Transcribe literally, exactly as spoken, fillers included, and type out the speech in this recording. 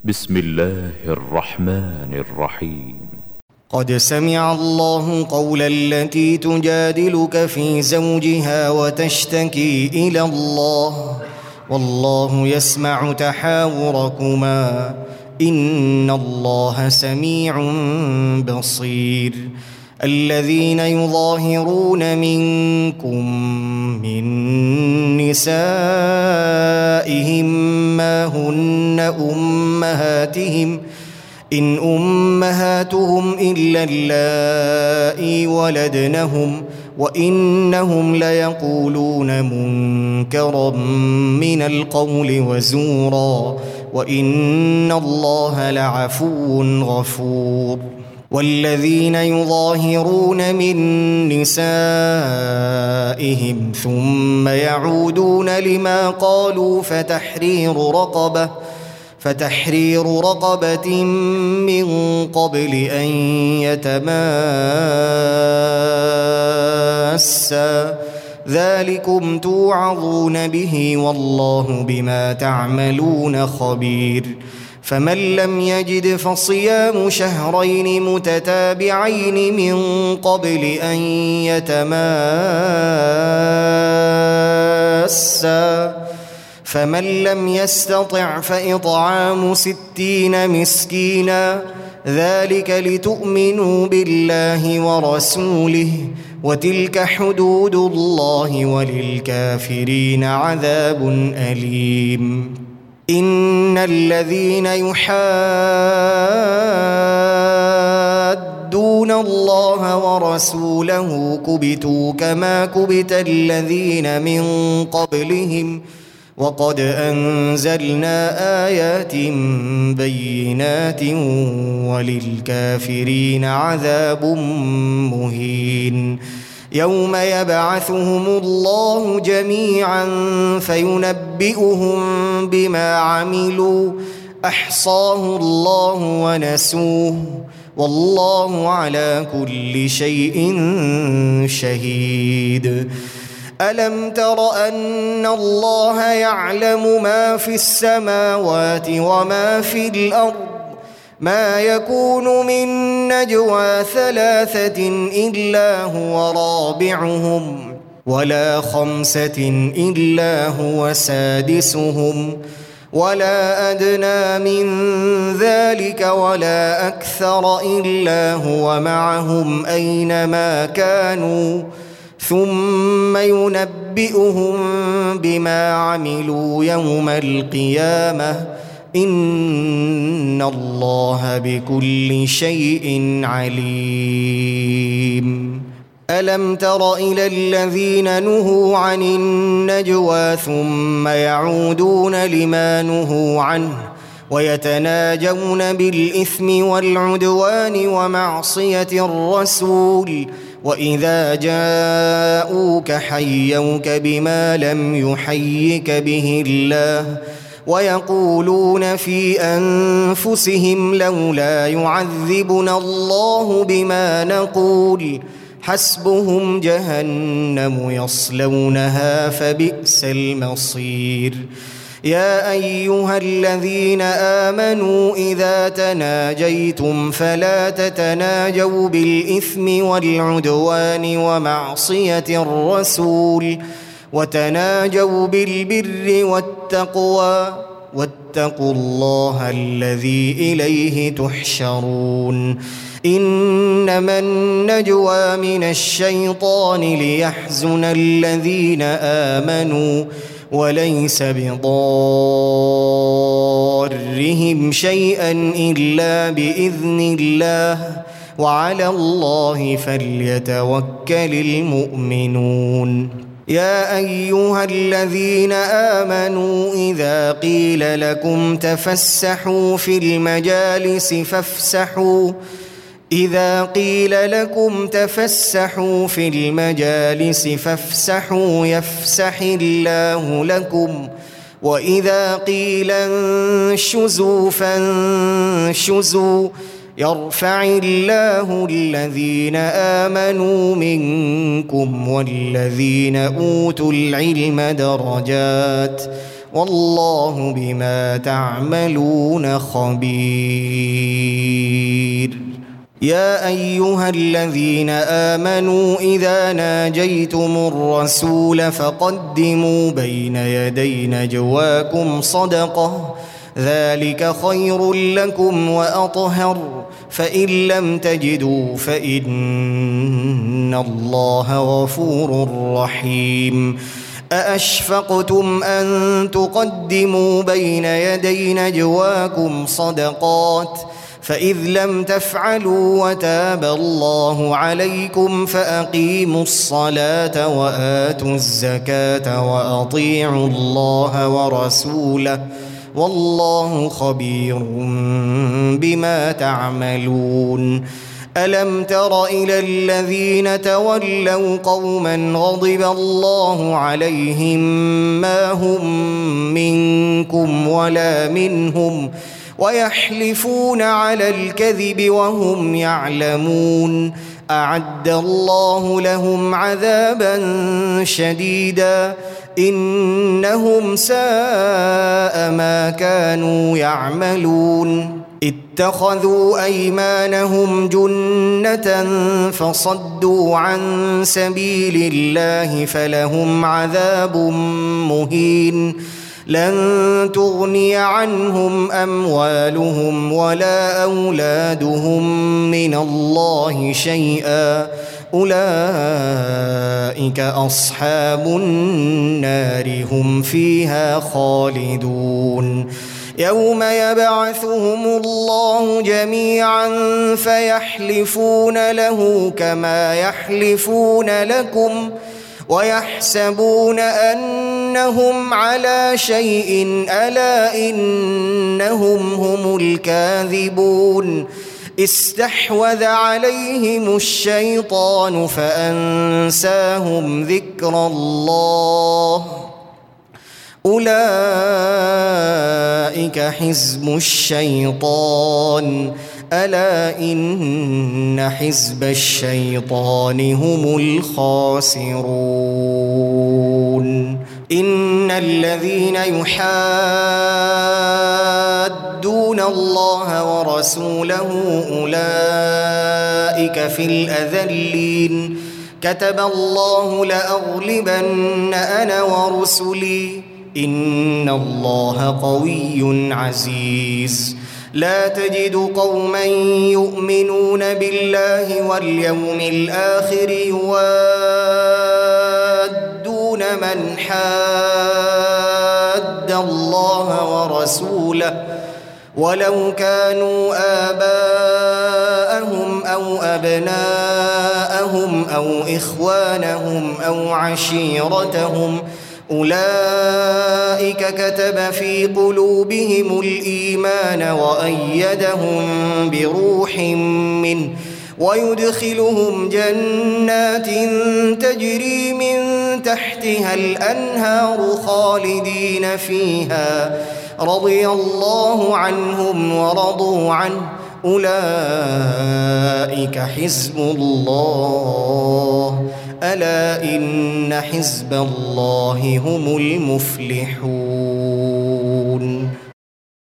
بسم الله الرحمن الرحيم. قد سمع الله قول التي تجادلك في زوجها وتشتكي إلى الله والله يسمع تحاوركما إن الله سميع بصير. الذين يظاهرون منكم من نسائهم ما هن أمهاتهم إن أمهاتهم إلا اللائي ولدنهم وإنهم ليقولون منكرا من القول وزورا وإن الله لعفو غفور. والذين يظاهرون من نسائهم ثم يعودون لما قالوا فتحرير رقبة فتحرير رقبة من قبل أن يتماسا ذلكم توعظون به والله بما تعملون خبير. فمن لم يجد فصيام شهرين متتابعين من قبل أن يتماسا فمن لم يستطع فإطعام ستين مسكينا ذلك لتؤمنوا بالله ورسوله وتلك حدود الله وللكافرين عذاب أليم. إن الذين يحادون الله ورسوله كبتوا كما كبت الذين من قبلهم وقد أنزلنا آيات بينات وللكافرين عذاب مهين. يوم يبعثهم الله جميعا فينبئهم بما عملوا أحصاه الله ونسوه والله على كل شيء شهيد. ألم تر أن الله يعلم ما في السماوات وما في الأرض ما يكون من نجوى ثلاثة إلا هو رابعهم ولا خمسة إلا هو سادسهم ولا أدنى من ذلك ولا أكثر إلا هو معهم أينما كانوا ثم ينبئهم بما عملوا يوم القيامة إن الله بكل شيء عليم. ألم تر إلى الذين نهوا عن النجوى ثم يعودون لما نهوا عنه ويتناجون بالإثم والعدوان ومعصية الرسول وإذا جاءوك حيوك بما لم يحيك به الله ويقولون في أنفسهم لولا يعذبنا الله بما نقول حسبهم جهنم يصلونها فبئس المصير. يا أيها الذين آمنوا إذا تناجيتم فلا تتناجوا بالإثم والعدوان ومعصية الرسول وتناجوا بالبر والتقوى واتقوا الله الذي إليه تحشرون. إنما النجوى من الشيطان ليحزن الذين آمنوا وليس بضارهم شيئا إلا بإذن الله وعلى الله فليتوكل المؤمنون. يا أيها الذين آمنوا إذا قيل لكم تفسحوا في المجالس فافسحوا إذا قيل لكم تفسحوا في المجالس فافسحوا يفسح الله لكم وإذا قيل انشزوا فانشزوا يرفع الله الذين آمنوا منكم والذين أوتوا العلم درجات والله بما تعملون خبير. يا أيها الذين آمنوا إذا ناجيتم الرسول فقدموا بين يدي نجواكم صدقة ذلك خير لكم وأطهر فإن لم تجدوا فإن الله غفور رحيم. أأشفقتم أن تقدموا بين يدي نجواكم صدقات فإذ لم تفعلوا وتاب الله عليكم فأقيموا الصلاة وآتوا الزكاة وأطيعوا الله ورسوله والله خبير بما تعملون. ألم تر إلى الذين تولوا قوما غضب الله عليهم ما هم منكم ولا منهم ويحلفون على الكذب وهم يعلمون أعد الله لهم عذابا شديدا إنهم ساء ما كانوا يعملون. اتخذوا أيمانهم جنة فصدوا عن سبيل الله فلهم عذاب مهين. لن تغني عنهم أموالهم ولا أولادهم من الله شيئا أولئك أصحاب النار هم فيها خالدون. يوم يبعثهم الله جميعا فيحلفون له كما يحلفون لكم ويحسبون أنهم على شيء ألا إنهم هم الكاذبون. استحوذ عليهم الشيطان فأنساهم ذكر الله أولئك حزب الشيطان ألا إن حزب الشيطان هم الخاسرون. إن الذين يحادون الله ورسوله أولئك في الأذلين. كتب الله لأغلبن أنا ورسلي إن الله قوي عزيز. لا تجد قوما يؤمنون بالله واليوم الآخر يوادون من حاد الله ورسوله ولو كانوا آباءهم أو أبناءهم أو إخوانهم أو عشيرتهم أولئك كتب في قلوبهم الإيمان وأيدهم بروح منه ويدخلهم جنات تجري من تحتها الأنهار خالدين فيها رضي الله عنهم ورضوا عنه أولئك حزب الله ألا إن حزب الله هم المفلحون.